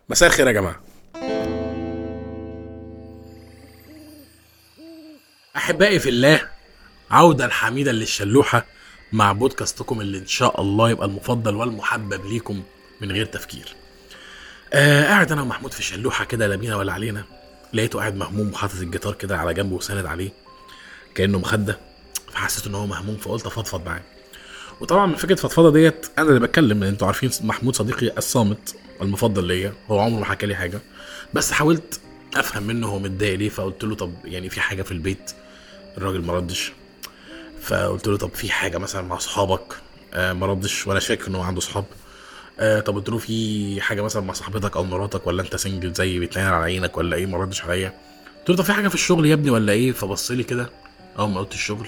مساء الخير يا جماعة. أحبائي في الله، عودة حميدا للشلوحة مع بودكاستكم اللي إن شاء الله يبقى المفضل والمحبب ليكم من غير تفكير. قاعد أنا ومحمود في الشلوحة كده، لا بينا ولا علينا. لقيته قاعد مهموم وحاطط الجيتار كده على جنبه وساند عليه كأنه مخدة، فحسيت إن هو مهموم فقلت أفضفض معاه. وطبعا من فكرة فضفضة ديت أنا اللي بتكلم، انتوا عارفين محمود صديقي الصامت المفضل ليا، هو عمره ما حكى لي حاجة، بس حاولت افهم منه هو متضايق ليه. فقلت له طب يعني في حاجة في البيت؟ الراجل ما ردش. فقلت له طب في حاجة مثلا مع اصحابك؟ ما ردش ولا شاك انه عنده اصحاب. طب قلت له في حاجة مثلا مع صاحبتك او مراتك، ولا انت سنجل زي بيتنين على عينك ولا ايه؟ ما ردش عليا. قلت له طب في حاجة في الشغل يا ابني ولا ايه؟ فبص لي كده اول ما قلت الشغل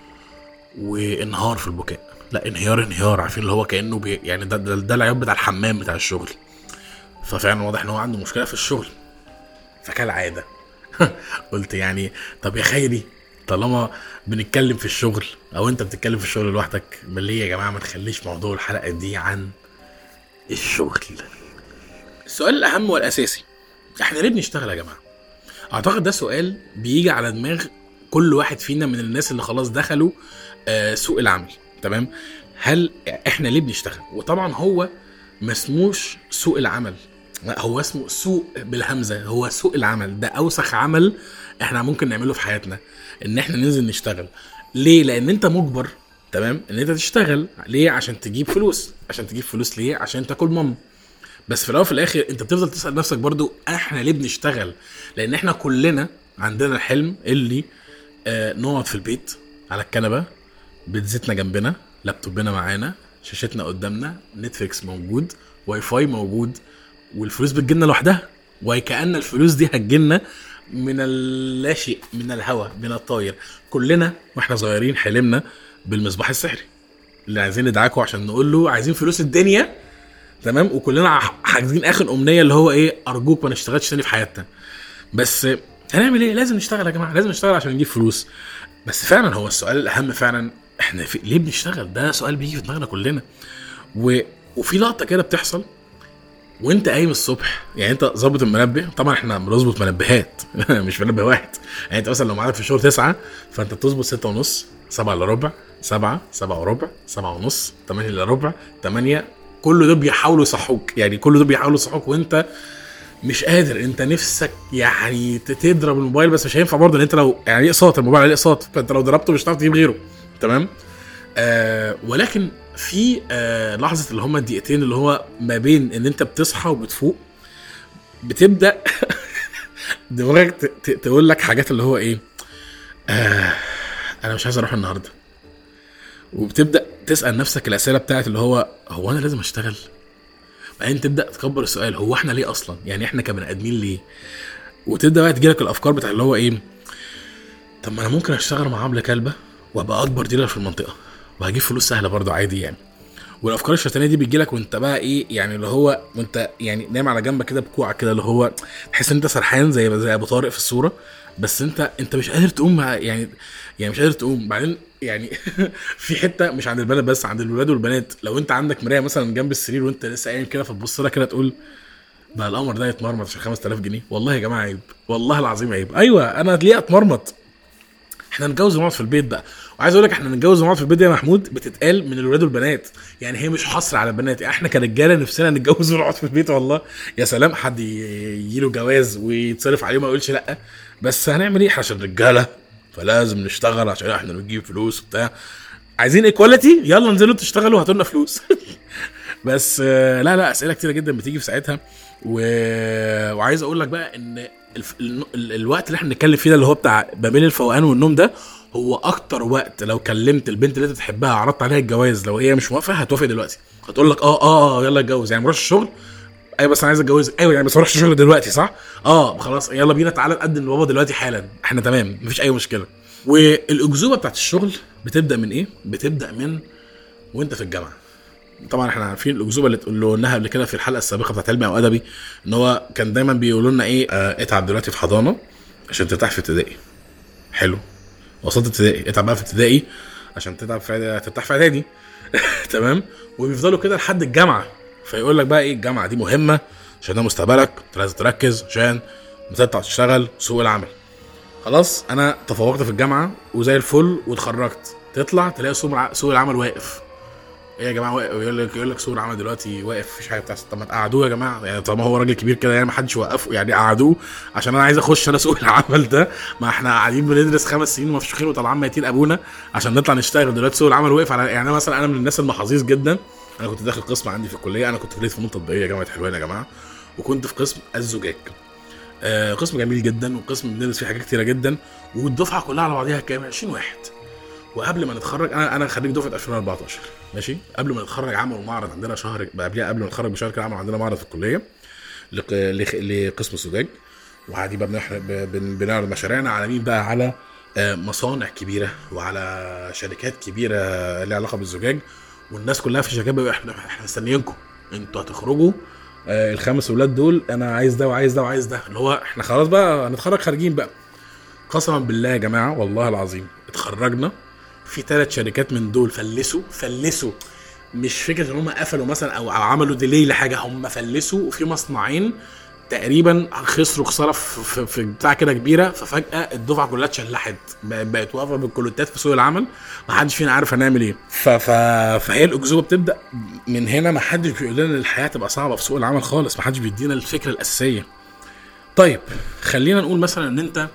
وانهار في البكاء. لا انهيار عارفين اللي هو كأنه يعني ده العيب بتاع الحمام بتاع الشغل. ففعلا واضح ان هو عنده مشكلة في الشغل فكالعادة. قلت يعني طب يا خيري، طالما بنتكلم في الشغل او انت بتتكلم في الشغل لوحدك، ليه يا جماعة ما نخليش موضوع الحلقة دي عن الشغل؟ السؤال الاهم والاساسي، احنا ليه بنشتغل يا جماعة؟ اعتقد ده سؤال بيجي على دماغ كل واحد فينا من الناس اللي خلاص دخلوا سوق العمل. تمام؟ هل احنا ليه بنشتغل؟ وطبعا هو مسموش سوق العمل، هو اسمه سوق بالهمزة، هو سوق العمل. ده اوسخ عمل احنا ممكن نعمله في حياتنا، ان احنا ننزل نشتغل. ليه؟ لان انت مجبر، تمام، ان انت تشتغل. ليه؟ عشان تجيب فلوس. عشان تجيب فلوس ليه؟ عشان تاكل ماما. بس في الاول وفي الاخر انت بتفضل تسأل نفسك برضو احنا ليه بنشتغل؟ لان احنا كلنا عندنا الحلم اللي نقعد في البيت على الكنبة، بيتزتنا جنبنا، لابتوبنا معانا، شاشتنا قدامنا، نتفليكس موجود، واي فاي موجود، والفلوس بتجيلنا لوحدها، وكأن الفلوس دي هتجيلنا من اللاشيء، من الهوا، من الطاير. كلنا واحنا صغيرين حلمنا بالمصباح السحري اللي عايزين ندعكه عشان نقول له عايزين فلوس الدنيا، تمام؟ وكلنا حاجزين اخر امنيه اللي هو ايه؟ ارجوك ما نشتغلش تاني في حياتنا. بس هنعمل ايه؟ لازم نشتغل يا جماعه، لازم نشتغل عشان نجيب فلوس. بس فعلا هو السؤال الاهم فعلا، احنا ليه بنشتغل؟ ده سؤال بيجي في دماغنا كلنا. وفي لقطه كده بتحصل وانت قايم الصبح، يعني انت ظابط المنبه. طبعا احنا بنظبط منبهات مش منبه واحد. يعني انت مثلا لو معاك في الشغل 9، فانت بتظبط 6:30، 7 الا ربع، 7 وربع، 7:30، 8 الا ربع، 8. كل دول بيحاولوا يصحوك، يعني كل دول بيحاولوا يصحوك وانت مش قادر. انت نفسك يعني تضرب الموبايل، بس مش هينفع برضه. انت لو يعني اقساط الموبايل عليه اقساط، فانت لو ضربته مش هتعرف تجيب غيره. تمام؟ ولكن في لحظه اللي هم الدقيقتين اللي هو ما بين ان انت بتصحى وبتفوق، بتبدا دماغك تقول لك حاجات اللي هو ايه؟ انا مش عايز اروح النهارده. وبتبدا تسال نفسك الاسئله بتاعت اللي هو انا لازم اشتغل؟ بعدين تبدا تكبر السؤال، هو احنا ليه اصلا؟ يعني احنا كبني ادمين ليه؟ وتبدا بقى تجيلك الافكار بتاع اللي هو ايه؟ طب ما انا ممكن اشتغل مع عمله كلبه وابقى اكبر ديلر في المنطقه وهجيب فلوس سهله برضو عادي يعني. والافكار الشيطانيه دي بتجيلك وانت بقى ايه؟ يعني اللي هو وانت يعني نايم على جنبك كده بكوعك كده، اللي هو تحس ان انت سرحان زي ابو طارق في الصوره، بس انت مش قادر تقوم يعني مش قادر تقوم. بعدين يعني في حته مش عند البنات بس، عند الولاد والبنات. لو انت عندك مرايه مثلا جنب السرير وانت لسه قايم كده، فتبص لها كده تقول بقى القمر ده يتمرمط عشان 5000 جنيه؟ والله يا جماعه عيب، والله العظيم عيب. ايوه انا ليه اتمرمط؟ احنا نتجوز ونقعد في البيت بقى. وعايز اقول لك احنا نتجوز ونقعد في البيت يا محمود بتتقال من الولاد والبنات، يعني هي مش حصر على البنات. احنا كرجاله نفسنا نتجوز ونقعد في البيت، والله يا سلام حد يجيله جواز ويتصرف عليه ما يقولش لا. بس هنعمل ايه؟ عشان رجاله فلازم نشتغل عشان احنا نجيب فلوس وبتاع. عايزين ايكواليتي؟ يلا انزلوا تشتغلوا وهاتوا لنا فلوس. بس لا اسئله كتيره جدا بتيجي في ساعتها. وعايز اقول لك بقى ان الوقت اللي احنا بنتكلم فيه ده اللي هو بتاع ما بين الفوقان والنوم ده، هو اكتر وقت لو كلمت البنت اللي انت بتحبها عرضت عليها الجواز، لو هي مش موافقه هتوافق دلوقتي. هتقول لك يلا اتجوز، يعني مروحش الشغل. ايوه بس انا عايز اتجوز. ايوه يعني بس مروحش الشغل دلوقتي، صح؟ خلاص يلا بينا تعالى نقدم لبابا دلوقتي حالا، احنا تمام مفيش اي مشكله. والاكذوبه بتاعت الشغل بتبدا من ايه؟ بتبدا من وانت في الجامعه. طبعا احنا عارفين الاكذوبه اللي قلناها قبل كده في الحلقه السابقه بتاعت علمي او ادبي، ان هو كان دايما بيقولوا لنا ايه؟ اتعب دلوقتي في حضانه عشان ترتاح في ابتدائي. حلو، وصلت ابتدائي اتعب بقى في ابتدائي عشان ترتاح في اعدادي. تمام؟ وبيفضلوا كده لحد الجامعه. فيقول لك بقى ايه؟ الجامعه دي مهمه عشان ده مستقبلك، انت لازم تركز عشان تطلع تشتغل سوق العمل. خلاص انا تفوقت في الجامعه وزي الفل واتخرجت، تطلع تلاقي سوق العمل واقف. ايه يا جماعه واقف؟ يقول لك سوق العمل دلوقتي واقف، مفيش حاجه بتحصل. طب ما تقعدوه يا جماعه، يعني طالما هو راجل كبير كده يعني ما حدش وقفه، يعني قعدوه عشان انا عايز اخش انا سوق العمل ده. ما احنا قاعدين بندرس 5 سنين ومفشوخين وطالعين ميتين ابونا عشان نطلع نشتغل. دلوقتي سوق العمل وقف على، يعني مثلا انا من الناس المحظوظ جدا، انا كنت داخل قسم عندي في الكليه، انا كنت في كليه فنون تطبيقيه يا جامعه حلوان يا جماعه، وكنت في قسم الزجاج. قسم جميل جدا وقسم بندرس فيه حاجات كتيره جدا، والدفعه كلها على بعضيها كام 20 واحد. وقبل ما نتخرج انا خريج دفعه 2014 ماشي. قبل ما نتخرج عملوا معرض عندنا شهر قبلها، قبل ما نتخرج بشهر كده عملوا عندنا معرض في الكليه لقسم الزجاج. وعادي بقى بنعرض مشاريعنا على مين بقى؟ على مصانع كبيره وعلى شركات كبيره ليها علاقه بالزجاج. والناس كلها في الشركات بقى احنا مستنيينكم، انتوا هتخرجوا ال5 ولاد دول، انا عايز ده وعايز ده وعايز ده، اللي هو احنا خلاص بقى هنتخرج خارجين بقى. قسما بالله يا جماعه والله العظيم اتخرجنا في 3 شركات من دول فلسوا. مش فكره ان هم قفلوا مثلا او عملوا ديلي لحاجه، هم فلسوا. وفي مصنعين تقريبا خسروا خساره في بتاع كده كبيره. ففجاه الدفعه كلها اتشلحت، بقت واقفه بالكلوتات في سوق العمل، ما حدش فينا عارف هنعمل ايه. فهي الاكذوبه بتبدا من هنا. ما حدش بيقول لنا الحياه تبقى صعبه في سوق العمل خالص، ما حدش بيدينا الفكره الاساسيه. طيب خلينا نقول مثلا ان انت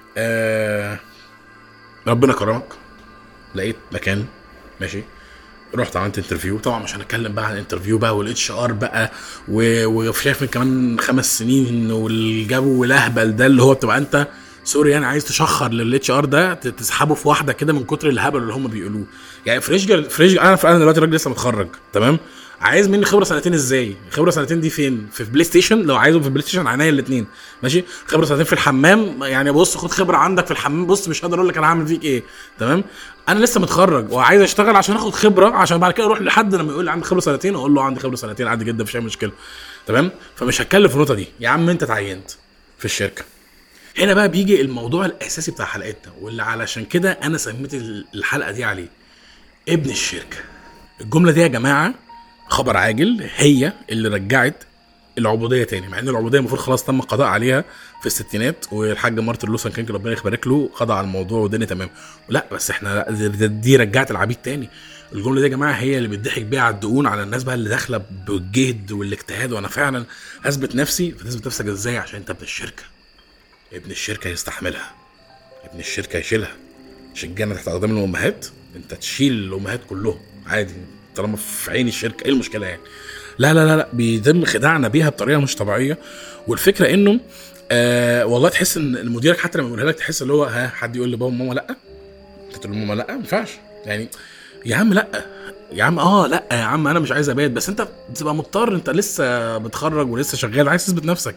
ربنا كرمك، لقيت مكان ماشي، رحت عملت انترفيو. طبعا مش هنتكلم بقى عن الانترفيو بقى والاتش ار بقى وشايف من كمان 5 سنين والجو الاهبل ده اللي هو بتبقى انت سوري يعني عايز تشخر للاتش ار ده تسحبه في واحده كده من كتر الهبل اللي هم بيقولوه. يعني فريش انا دلوقتي راجل لسه متخرج تمام، عايز مني خبره 2 ازاي؟ خبره 2 دي فين؟ في بلاي ستيشن، لو عايزه في بلاي ستيشن عينيا الاثنين ماشي. خبره 2 في الحمام، يعني بص خد خبره عندك في الحمام، بص مش قادر اقول لك انا هعمل فيك ايه تمام. انا لسه متخرج وعايز اشتغل عشان اخد خبره، عشان بعد كده اروح لحد لما يقول لي عندي خبره 2 اقول له عندي خبره 2 عادي جدا مفيش اي مشكله تمام. فمش هتكلم في النقطه دي يا عم، انت اتعينت في الشركه. هنا بقى بيجي الموضوع الاساسي بتاع حلقتنا، واللي علشان كده انا سميت الحلقه دي عليه ابن الشركه. الجمله دي يا جماعه خبر عاجل، هي اللي رجعت العبوديه تاني، مع ان العبوديه المفروض خلاص تم القضاء عليها في الستينات، والحاج مارتن لوثر كينج ربنا يبارك له قضى على الموضوع والدنيا تمام. لا بس احنا دي رجعت العبيد تاني. الجمله دي يا جماعه هي اللي بتضحك بيها على الدقون، على الناس بقى اللي داخله بالجهد والاجتهاد، وانا فعلا اثبت نفسي. فتثبت نفسك ازاي؟ عشان انت ابن الشركه. ابن الشركه يستحملها، ابن الشركه يشيلها. مش الجنه تحت اقدام الامهات، انت تشيل الامهات كلهم عادي طالما في عين الشركه، ايه المشكله يعني؟ لا لا لا لا، بيتم خداعنا بيها بطريقه مش طبيعيه. والفكره انه والله تحس ان المديرك حتى لما يقولها لك تحس اللي هو حد يقول لبابا وماما لا، تقول لماما لا ما ينفعش يعني يا عم، لا يا عم لا يا عم انا مش عايز ابات، بس انت بتبقى مضطر، انت لسه بتخرج ولسه شغال عايز تثبت نفسك.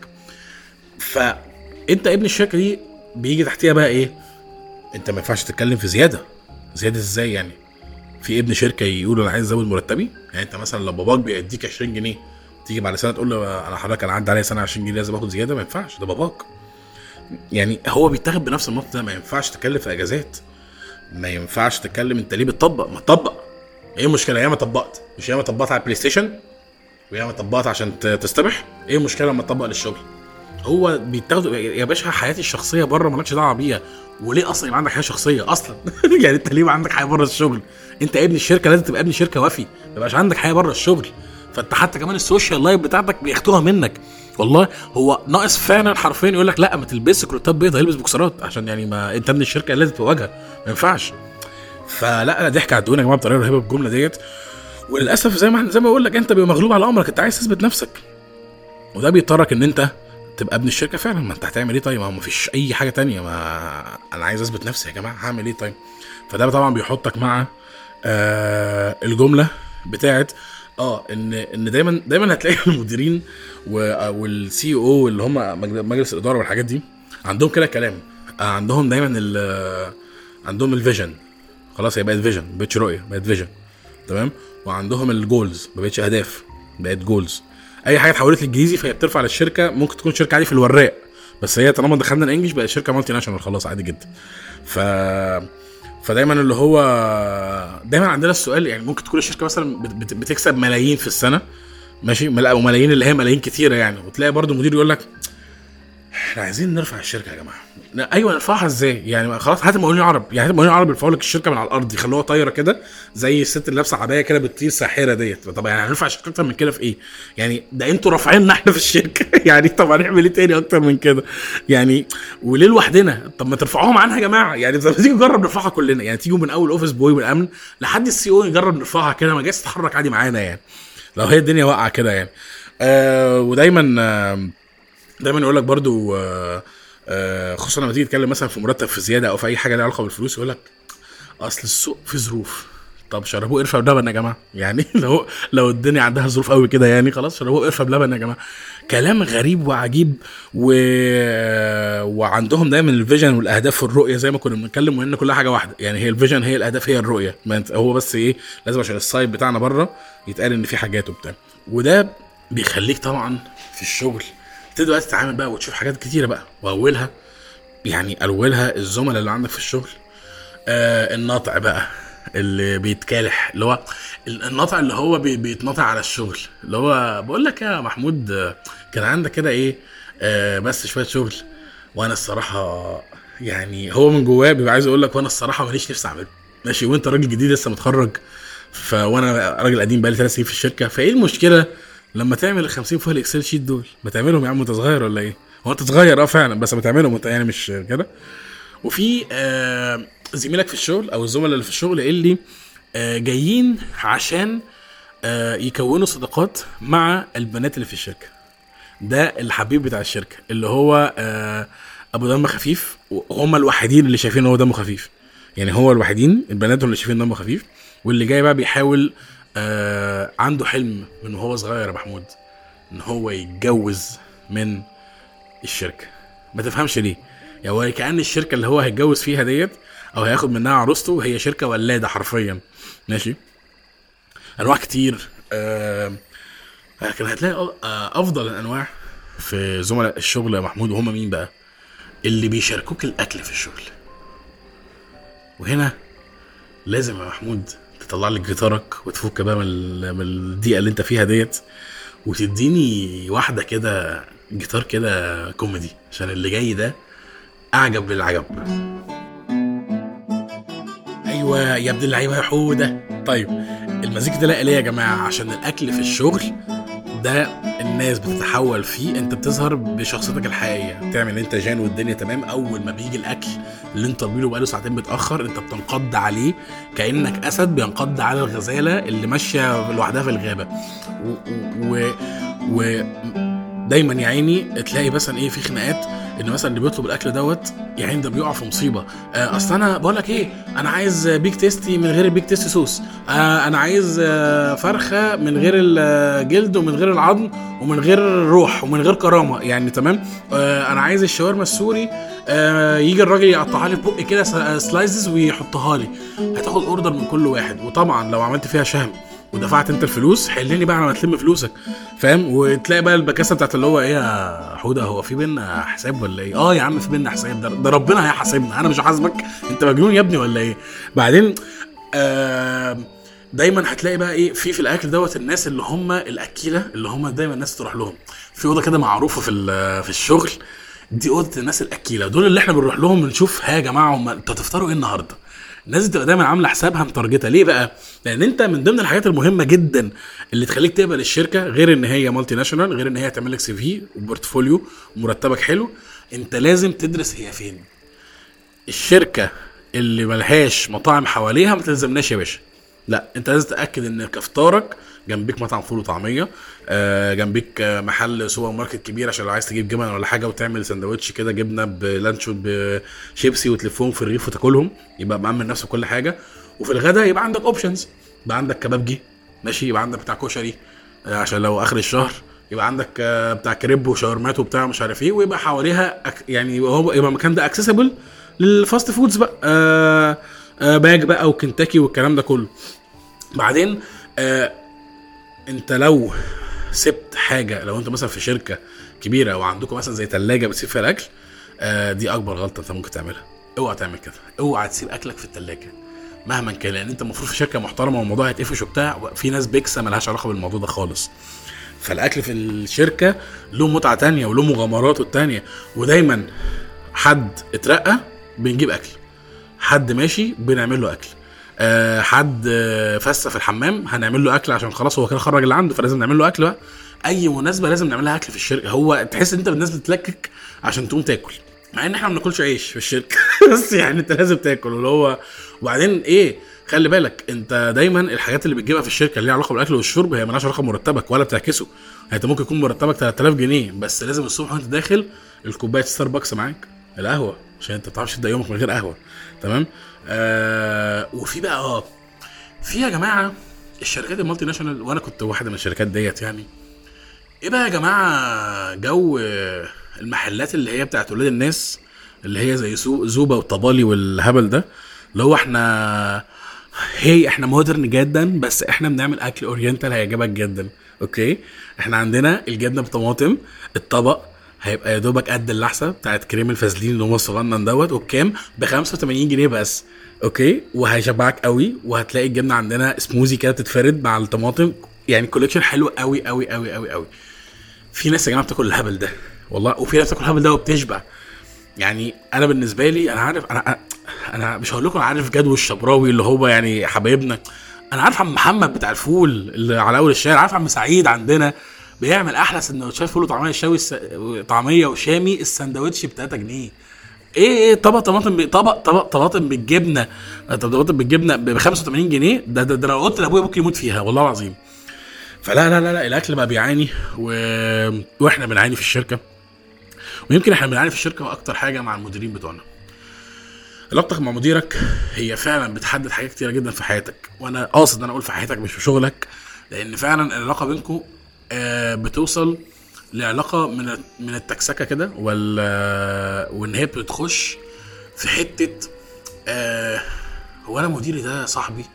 فانت ابن الشركه دي بيجي تحتيها بقى ايه؟ انت ما ينفعش تتكلم في زياده ازاي يعني؟ في ابن شركه يقول انا عايز ازود مرتبي؟ يعني انت مثلا لو باباك بيديك 20 جنيه تيجي بعد سنه تقول له انا حضرتك انا عدى عليا سنه 20 جنيه لازم اخد زياده؟ ما ينفعش، ده باباك. يعني هو بيتاخد بنفس النقطه ده. ما ينفعش تتكلم في اجازات، ما ينفعش تتكلم انت ليه بتطبق. ما تطبق، ايه المشكله؟ ياما طبقت، مش ياما طبقت على البلاي ستيشن وياما طبقت عشان تستبح، ايه المشكله لما تطبق للشغل؟ هو بيتاخد يا باشا حياتي الشخصيه بره مالكش دعوه بيها. وليه اصلا يبقى عندك حياه شخصيه اصلا؟ يعني انت ليه عندك حياه بره الشغل؟ انت ابن الشركه لازم تبقى ابن شركه وافي، ما يبقاش عندك حياه بره الشغل. فانت حتى كمان السوشيال لايف بتاعتك بياخدوها منك. والله هو ناقص فعلا حرفيا يقول لك لا ما تلبسش كروتات بيضاء، البس بوكسرات، عشان يعني ما انت ابن الشركه لازم تواجهها، ما ينفعش. فلا ضحك على الدهون يا جماعه بطريقه رهيبه بالجمله ديت. وللاسف زي ما بقول لك انت بيبقى مغلوب على امرك، انت عايز تثبت نفسك، وده بيضطرك ان انت تبقى ابن الشركه فعلا. ما انت هتعمل ايه طيب؟ ما فيش اي حاجه تانية، ما انا عايز اثبت نفسي يا جماعه، هعمل ايه طيب؟ فده طبعا بيحطك مع الجمله بتاعت ان دايما هتلاقي المديرين والسي او اللي هم مجلس الاداره والحاجات دي عندهم كده كلام، عندهم دايما عندهم الفيجن. خلاص هي بقت فيجن، ما بقتش رؤيه، بقت فيجن تمام. وعندهم الجولز، ما بقتش اهداف، بقت جولز. اي حاجه اتحولت للانجليزي فهي بترفع للشركه، ممكن تكون شركه عادي في الوراق، بس هي طالما دخلنا الانجليش بقت شركه مالتي ناشونال خلاص عادي جدا. فدايما اللي هو دايما عندنا السؤال، يعني ممكن تكون الشركه مثلا بتكسب ملايين في السنه ماشي، وملايين اللي هي ملايين كتيره يعني. وتلاقي برضو مدير يقول لك احنا عايزين نرفع الشركه يا جماعه. ايوه نرفعها ازاي يعني؟ خلاص هات المقاولين العرب، يعني هات المقاولين العرب يرفعوا لك الشركه من على الارض، يخلوها طايره كده زي الست اللي لابسه عبايه كده بتطير ساحره ديت. طب يعني هنرفع الشركه اكتر من كده في ايه يعني؟ ده انتوا رافعيننا احنا في الشركه يعني. طب هنعمل ايه تاني اكتر من كده يعني؟ وليه لوحدنا؟ طب ما ترفعوها معانا يا جماعه يعني. طب تيجي نجرب نرفعها كلنا يعني، تيجوا من اول اوفيس بوي والامن لحد السي او نجرب نرفعها كده، ما جاش تتحرك عادي معانا يعني لو هي الدنيا واقعه كده يعني. ودايما دايما يقول لك برضو خصوصا لما تيجي تتكلم مثلا في مرتب في زياده او في اي حاجه ليها علاقه بالفلوس، يقول لك اصل السوق في ظروف. طب شربوه قرفه بلبن يا جماعه يعني. لو الدنيا عندها ظروف قوي كده يعني، خلاص شربوه قرفه بلبن يا جماعه. كلام غريب وعجيب وعندهم دايما الفيجن والاهداف والرؤيه زي ما كنا بنتكلم، وان كل حاجه واحده يعني. هي الفيجن، هي الاهداف، هي الرؤيه. هو بس ايه لازم عشان السايت بتاعنا بره يتقال ان في حاجات وبتاع. وده بيخليك طبعا في الشغل تبدا تتعامل بقى وتشوف حاجات كتيره بقى، واولها يعني اولها الزملاء اللي عندك في الشغل. الناطع بقى اللي بيتكالح، اللي هو الناطع اللي هو بيتناطع على الشغل، اللي هو بقول لك يا محمود كان عندك كده ايه بس شويه شغل وانا الصراحه يعني هو من جواه بيبقى عايز يقول لك وانا الصراحه ماليش نفسي اعمله. ماشي، وانت راجل جديد لسه متخرج، وانا راجل قديم بقالي 3 سنين في الشركه، فايه المشكله لما تعمل ال50 فوق الاكسل شيت دول؟ ما تعملهم يا عم، انت صغير ولا ايه؟ هو انت صغير فعلا، بس ما تعملهم انت يعني مش كده. وفي زميلك في الشغل او الزملاء اللي في الشغل اللي جايين عشان يكونوا صداقات مع البنات اللي في الشركه. ده الحبيب بتاع الشركه اللي هو ابو دم خفيف، وهم الوحيدين اللي شايفين هو دمه خفيف يعني. هو الوحيدين البنات اللي شايفين دمه خفيف، واللي جاي بقى بيحاول عنده حلم من وهو صغير يا محمود ان هو يتجوز من الشركه. ما تفهمش ليه يعني، هو كأن الشركه اللي هو هيتجوز فيها ديت او هياخد منها عروسته هي شركه ولاده حرفيا. ماشي، انواع كتير. لكن هتلاقي افضل الانواع في زملاء الشغل يا محمود، وهم مين بقى؟ اللي بيشاركوك الاكل في الشغل. وهنا لازم يا محمود تطلع لك جيتارك وتفك بقى من الضيقه اللي انت فيها ديت، وتديني واحده كده جيتار كده كوميدي، عشان اللي جاي ده اعجب بالعجب. ايوه يا ابن اللعيبه يا حوده. طيب المزيكا ده لا ليه يا جماعه؟ عشان الاكل في الشغل ده الناس بتتحول فيه، انت بتظهر بشخصيتك الحقيقيه، تعمل انت جان والدنيا تمام. اول ما بيجي الاكل اللي انت طالبينه بقاله ساعتين متاخر، انت بتنقض عليه كانك اسد بينقض على الغزاله اللي ماشيه لوحدها في الغابه. و دايما يا عيني تلاقي مثلا ايه في خناقات، ان مثلا اللي بيطلب الاكل دوت يعني ده بيقع في مصيبه. اصل انا بقول لك ايه، انا عايز بيك تيستي من غير البيك تيستي صوص، انا عايز فرخه من غير الجلد ومن غير العظم ومن غير الروح ومن غير كرامه يعني. تمام. انا عايز الشاورما السوري، يجي الراجل يقطعها لي ببق كده سلايزز ويحطها لي. هتاخد اوردر من كل واحد، وطبعا لو عملت فيها شهم ودفعت انت الفلوس حلني بقى لما تلم فلوسك، فاهم؟ وتلاقي بقى البكاسه بتاعت اللي هو ايه يا حوده، هو في بينا حساب ولا ايه؟ يا عم في بينا حساب، ده ربنا هيحاسبنا، انا مش هحاسبك، انت مجنون يا ابني ولا ايه؟ بعدين دايما هتلاقي بقى ايه في الاكل دوت الناس اللي هم الاكيله، اللي هم دايما الناس تروح لهم في اوضه كده معروفه في الشغل. دي اوضه الناس الاكيله، دول اللي احنا بنروح لهم بنشوف ها يا جماعه هم انتوا هتفطروا ايه النهارده. الناس تبقى دايما عامله حسابها متارجته. ليه بقى؟ لان انت من ضمن الحاجات المهمه جدا اللي تخليك تقبل الشركه، غير ان هي مالتي ناشونال، غير ان هي تعمل لك سي في وبورتفوليو ومرتبك حلو، انت لازم تدرس هي فين. الشركه اللي ملهاش مطاعم حواليها ما تلزمناش يا باشا، لا انت لازم تاكد ان كفطارك جنبيك مطعم فول وطعميه، جنبيك محل سوبر ماركت كبير عشان لو عايز تجيب جبن ولا حاجه وتعمل سندوتش كده جبنه بلانشون بشيبسي وتلفهم في الرغيف وتاكلهم، يبقى مأمن نفسك كل حاجه. وفي الغداء يبقى عندك اوبشنز، يبقى عندك كبابجي ماشي، يبقى عندك بتاع كشري عشان لو اخر الشهر، يبقى عندك بتاع كريب وشاورمات وبتاع مش عارف ايه، ويبقى حواليها يعني هو يبقى المكان ده اكسسبل للفاست فودز بقى، باج بقى وكنتاكي والكلام ده كله. بعدين انت لو سبت حاجه، لو انت مثلا في شركه كبيره وعندكم مثلا زي ثلاجه بتسيب فيها الاكل، دي اكبر غلطه انت ممكن تعملها. اوعى تعمل كده، اوعى تسيب اكلك في الثلاجه مهما كان، لان انت المفروض في شركه محترمه والموضوع هيتقفش وبتاع، في ناس بيكسه ملهاش علاقه بالموضوع ده خالص. فالاكل في الشركه له متعه تانية وله مغامراته التانية. ودايما حد اترقى بنجيب اكل، حد ماشي بنعمل له اكل، حد فسه في الحمام هنعمل له اكل عشان خلاص هو كده خرج اللي عنده فلازم نعمل له اكل بقى. اي مناسبه لازم نعمل لها اكل في الشركه. هو تحس ان انت بالناس بتتلكك عشان تقوم تاكل، مع ان احنا ما بناكلش عيش في الشركه بس يعني انت لازم تاكل. واللي هو وبعدين ايه، خلي بالك انت دايما الحاجات اللي بتجيبها في الشركه اللي ليها علاقه بالاكل والشرب هي مالهاش علاقه بمرتبك ولا بتعكسه. يعني انت ممكن يكون مرتبك 3000 جنيه بس لازم الصبح وانت داخل الكوبايه ستاربكس معاك، القهوه، عشان انت ما بتعرفش تبدا يومك من غير قهوه. تمام. وفي بقى في يا جماعه الشركات المالتي ناشونال، وانا كنت واحده من الشركات ديت يعني. ايه بقى يا جماعه جو المحلات اللي هي بتاعت ولاد الناس اللي هي زي سوق زوبه وطبالي والهبل ده، اللي هو احنا مودرن جدا بس احنا بنعمل اكل اورينتال هيعجبك جدا. اوكي، احنا عندنا الجبنه بطماطم، الطبق هيبقى يا دوبك قد اللحسه بتاعت كريم الفازلين اللي هو الصغنن دوت، وبكام؟ ب 85 جنيه بس. اوكي، وهيشبعك قوي، وهتلاقي الجبنه عندنا سموزي كده تتفرد مع الطماطم، يعني كولكشن حلو قوي قوي قوي قوي قوي. في ناس يا جماعه بتاكل الهبل ده والله، وفي ناس بتاكل الهبل ده وبتشبع. يعني انا بالنسبه لي انا عارف، انا مش هقول لكم عارف جدول الشبراوي اللي هو يعني حبايبنا، انا عارف عم محمد بتاع الفول اللي على اول الشارع، عارف عم سعيد عندنا بيعمل احلى سندوتشات فول وطعميه الشاوي طعميه وشامي، السندوتش ب 3 جنيه. ايه طبق طماطم طبق طماطم بالجبنه، طماطم بالجبنه ب 85 جنيه. ده لو قلت لابويا ممكن يموت فيها والله العظيم. فلا لا لا لا الاكل بقى بيعاني واحنا بنعاني في الشركه. ويمكن احنا بنعاني في الشركه اكتر حاجه مع المديرين بتوعنا. علاقتك مع مديرك هي فعلا بتحدد حاجات كتيره جدا في حياتك، وانا قاصد ان انا اقول في حياتك مش في شغلك، لان فعلا العلاقه بينكم بتوصل لعلاقه من التكسكه كده، وان هي بتخش في حته هو انا مديري ده صاحبي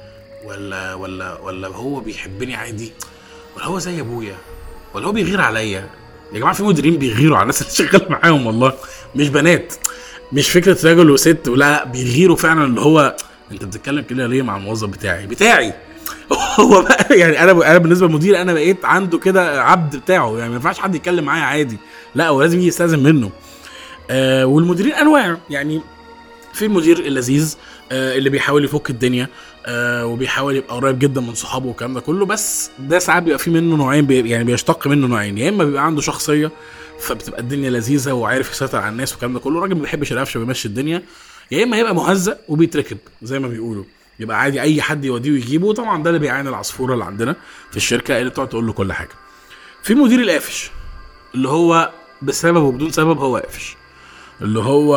ولا هو بيحبني عادي، ولا هو زي ابويا، ولا هو بيغير عليا. يا جماعه في مديرين بيغيروا على الناس اللي شغال معاهم والله، مش بنات، مش فكره راجل وست، ولا بيغيروا فعلا. اللي هو انت بتتكلم كده ليه مع الموظف بتاعي هو بقى يعني انا بالنسبه للمدير انا بقيت عنده كده عبد بتاعه، يعني ما ينفعش حد يتكلم معايا عادي، لا هو لازم يجي يستاذن منه. والمديرين انواع، يعني في المدير اللذيذ اللي بيحاول يفك الدنيا وبيحاول يبقى قريب جدا من صحابه والكلام ده كله، بس ده ساعات بيبقى فيه منه نوعين، يعني بيشتق منه نوعين. يا اما بيبقى عنده شخصيه فبتبقى الدنيا لذيذه وعارف يسيطر على الناس والكلام ده كله، راجل ما بيحبش القفشه وبيمشي الدنيا. يا اما يبقى مهزأ وبيتركب زي ما بيقولوا، يبقى عادي اي حد يوديه ويجيبه. طبعا ده اللي بيعاني العصفوره اللي عندنا في الشركه اللي بتقعد تقول له كل حاجه. في مدير القافش اللي هو بسبب وبدون سبب هو قافش، اللي هو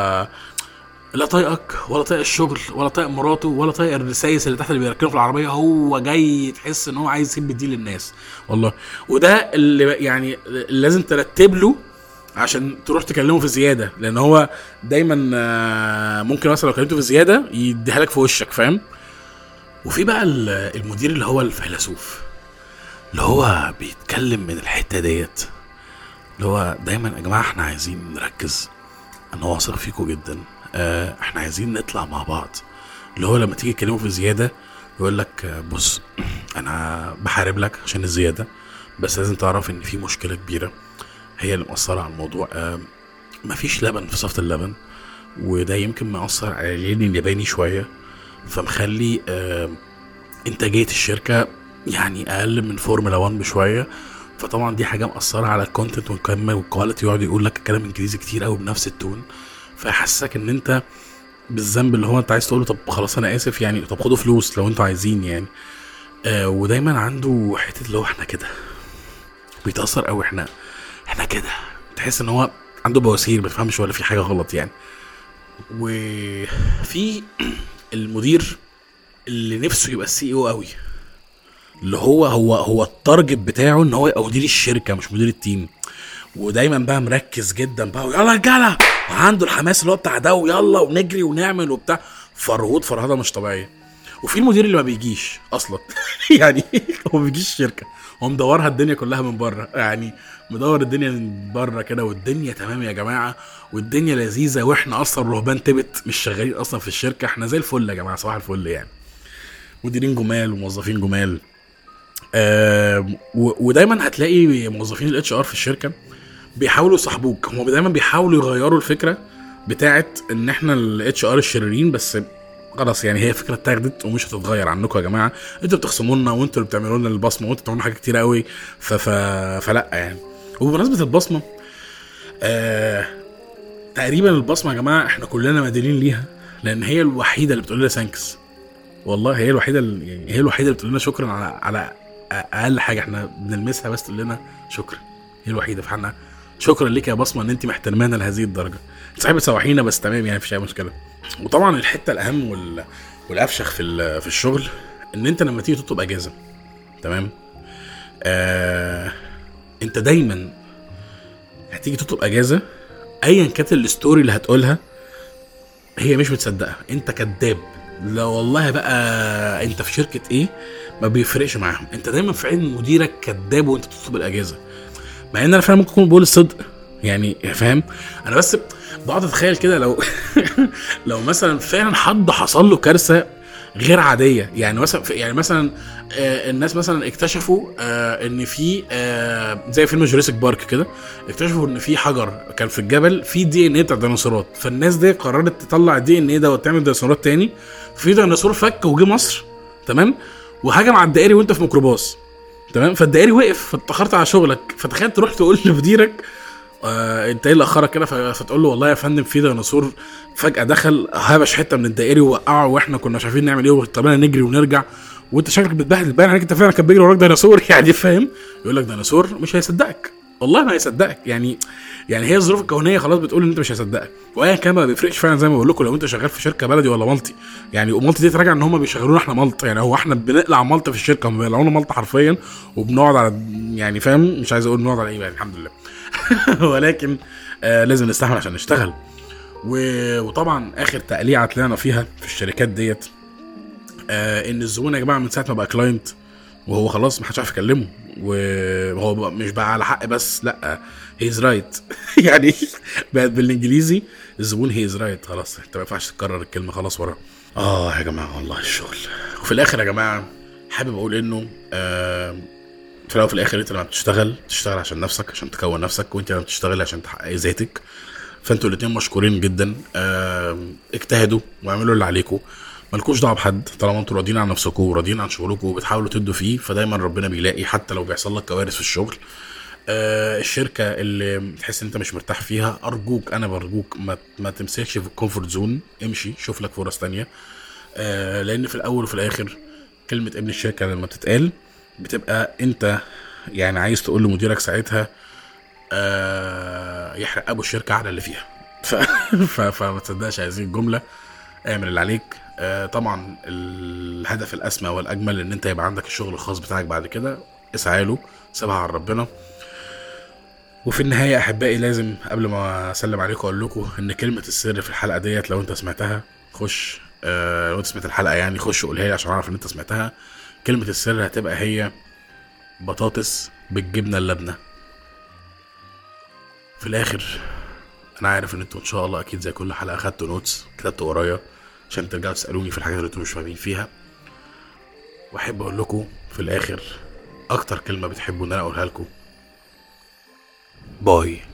لا طايقك ولا طايق الشغل ولا طايق مراته ولا طايق الرسايس اللي تحت اللي بيركنوا في العربيه، هو جاي تحس ان هو عايز يسيب الدين للناس والله. وده اللي يعني لازم ترتب له عشان تروح تكلمه في زياده، لان هو دايما ممكن مثلا لو كلمته في زياده يديها لك في وشك، فاهم. وفي بقى المدير اللي هو الفيلسوف اللي هو بيتكلم من الحته ديت، اللي هو دايما يا جماعه احنا عايزين نركز، انا واثق فيكم جدا، احنا عايزين نطلع مع بعض. اللي هو لما تيجي تكلمه في الزياده يقول لك بص انا بحارب لك عشان الزياده، بس لازم تعرف ان في مشكله كبيره هي اللي مؤثره على الموضوع. مفيش لبن في صفة اللبن، وده يمكن مؤثر على الين الياباني شويه، فمخلي انتاجيه الشركه يعني اقل من فورمولا 1 بشويه. فطبعا دي حاجه مؤثره على الكونتنت والكواليتي، يقعد يقول لك كلام انجليزي كتير قوي بنفس التون، فيحسسك ان انت بالذنب، اللي هو انت عايز تقوله طب خلاص انا اسف يعني، طب خدوا فلوس لو انتوا عايزين يعني. ودايما عنده حته اللي هو احنا كده، بيتاثر قوي احنا كده، تحس ان هو عنده بواسير ما تفهمش ولا في حاجه غلط يعني. وفي المدير اللي نفسه يبقى السي او قوي، اللي هو التارجت بتاعه ان هو يبقى مدير الشركه مش مدير التيم، ودايما بقى مركز جدا بقى، يلا رجاله، وعنده الحماس اللي هو بتاع ده، ويلا ونجري ونعمل وبتاع، فرهده مش طبيعيه. وفي المدير اللي ما بيجيش اصلا يعني هو ما بيجيش الشركه، هو مدورها الدنيا كلها من بره، يعني مدور الدنيا من بره كده، والدنيا تمام يا جماعه والدنيا لذيذه، واحنا اصلا رهبان تبت مش شغالين اصلا في الشركه، احنا زي الفل يا جماعه، صباح الفل يعني. مديرين جمال وموظفين جمال، ودايما هتلاقي موظفين الاتش ار في الشركه بيحاولوا يصاحبوك، هم دايما بيحاولوا يغيروا الفكره بتاعت ان احنا الاتش ار الشريرين، بس خلاص يعني هي فكره اتاخدت ومش هتتغير عنكم يا جماعه، انتوا بتخصموا لنا وانتوا اللي بتعملوا لنا البصمه وانتوا بتعملوا حاجات كتير قوي. فلا يعني. وبمناسبه البصمه، تقريبا البصمه يا جماعه احنا كلنا مدينين ليها، لان هي الوحيده اللي بتقول لنا ثانكس. والله هي الوحيده يعني هي الوحيده اللي بتقول لنا شكرا على اقل حاجه احنا بنلمسها، بس تقول لنا شكرا. هي الوحيده، فاحنا شكرا ليك يا بصمه ان انت محترمانا لهذه الدرجه. صاحب سواحينا بس تمام يعني مفيش اي مشكله. وطبعا الحته الاهم والافشخ في الشغل ان انت لما تيجي تطلب اجازه، تمام، انت دايما هتيجي تطلب اجازه ايا كانت الستوري اللي هتقولها هي مش متصدقه، انت كذاب. لا والله بقى انت في شركه ايه ما بيفرقش معاهم، انت دايما في عين مديرك كذاب وانت تطلب الاجازه، مع ان انا فعلا ممكن اكون بقول الصدق يعني فاهم. انا بس بقعد اتخيل كده لو لو مثلا فعلا حد حصل له كارثه غير عاديه، يعني مثلا الناس مثلا اكتشفوا ان في زي فيلم جوراسيك بارك كده، اكتشفوا ان في حجر كان في الجبل فيه دي ان ايه بتاع ديناصورات، فالناس دي قررت تطلع الدي ان ايه ده وتعمل ديناصورات تاني. في ديناصور فك وجه مصر، تمام، وهجم على الدائري وانت في ميكروباص، تمام، فالدائري وقف فاتاخرت على شغلك، فتخيل تروح تقول لمديرك انت ايه اللي اخرك كده، فتقول له والله يا فندم في ديناصور فجاه دخل هبش حته من الدائري ووقعه واحنا كنا مش عارفين نعمل ايه واضطرينا نجري ونرجع وانت شكلك بتبهدل، باين عليك انت فعلا كان بيجري وراك ديناصور يعني فاهم. يقول لك ديناصور، مش هيصدقك، والله ما هيصدقك يعني هي الظروف الكونيه خلاص بتقول ان انت مش هيصدقك. وايا كان ما بيفرقش فعلا زي ما بقول لكم، لو انت شغال في شركه بلدي ولا مالتي يعني، ومالتي دي تراجع ان هم بيشغلونا احنا مالت، يعني هو احنا بنقلع مالت في الشركه، هم بيقلعونا مالت حرفيا وبنقعد على يعني فاهم، مش عايز اقول بنقعد على ايه يعني الحمد لله ولكن لازم نستحمل عشان نشتغل. وطبعا اخر تقليعه طلعنا فيها في الشركات ديت ان الزبون يا جماعه من ساعه ما بقى كلاينت وهو خلاص ما حدش عارف يكلمه، وهو مش بقى على حق بس، لا هيز رايت يعني بقت بالانجليزي الزبون هيز رايت، خلاص انت ما ينفعش تكرر الكلمه خلاص ورا. يا جماعه والله الشغل. وفي الاخر يا جماعه حابب اقول انه في الاول وفي الاخر انت لما بتشتغل عشان نفسك، عشان تكون نفسك، وانت لما بتشتغل عشان تحقق ذاتك، فانتوا الاثنين مشكورين جدا. اجتهدوا واعملوا اللي عليكم، مالكوش دعوه بحد طالما انتوا راضيين عن نفسكم وراضيين عن شغلكم وبتحاولوا تدوا فيه، فدايما ربنا بيلاقي حتى لو بيحصل لك كوارث في الشغل. الشركه اللي تحس ان انت مش مرتاح فيها، ارجوك انا برجوك ما تمسكش في الكومفورت زون، امشي شوف لك فرص تانية. لان في الاول وفي الاخر كلمه ابن الشركه لما بتتقال بتبقى انت يعني عايز تقول لمديرك ساعتها يحرق ابو الشركه على اللي فيها فما تصدقش هذه الجمله، اعمل اللي عليك. طبعا الهدف الاسمى والاجمل ان انت يبقى عندك الشغل الخاص بتاعك بعد كده، اسعى له، سيبها على ربنا. وفي النهايه احبائي لازم قبل ما اسلم عليكم اقول لكم ان كلمه السر في الحلقه ديت لو انت سمعتها خش، لو انت سمعت الحلقه يعني خش قولها لي عشان اعرف ان انت سمعتها. كلمه السر هتبقى هي بطاطس بالجبنه اللبنه. في الاخر انا عارف ان انتوا ان شاء الله اكيد زي كل حلقه خدتوا نوتس كتبتوا ورايا عشان ترجعوا تسالوني في الحاجات اللي انتوا مش فاهمين فيها. واحب اقول لكم في الاخر اكتر كلمه بتحبوا ان انا اقولها لكم، باي.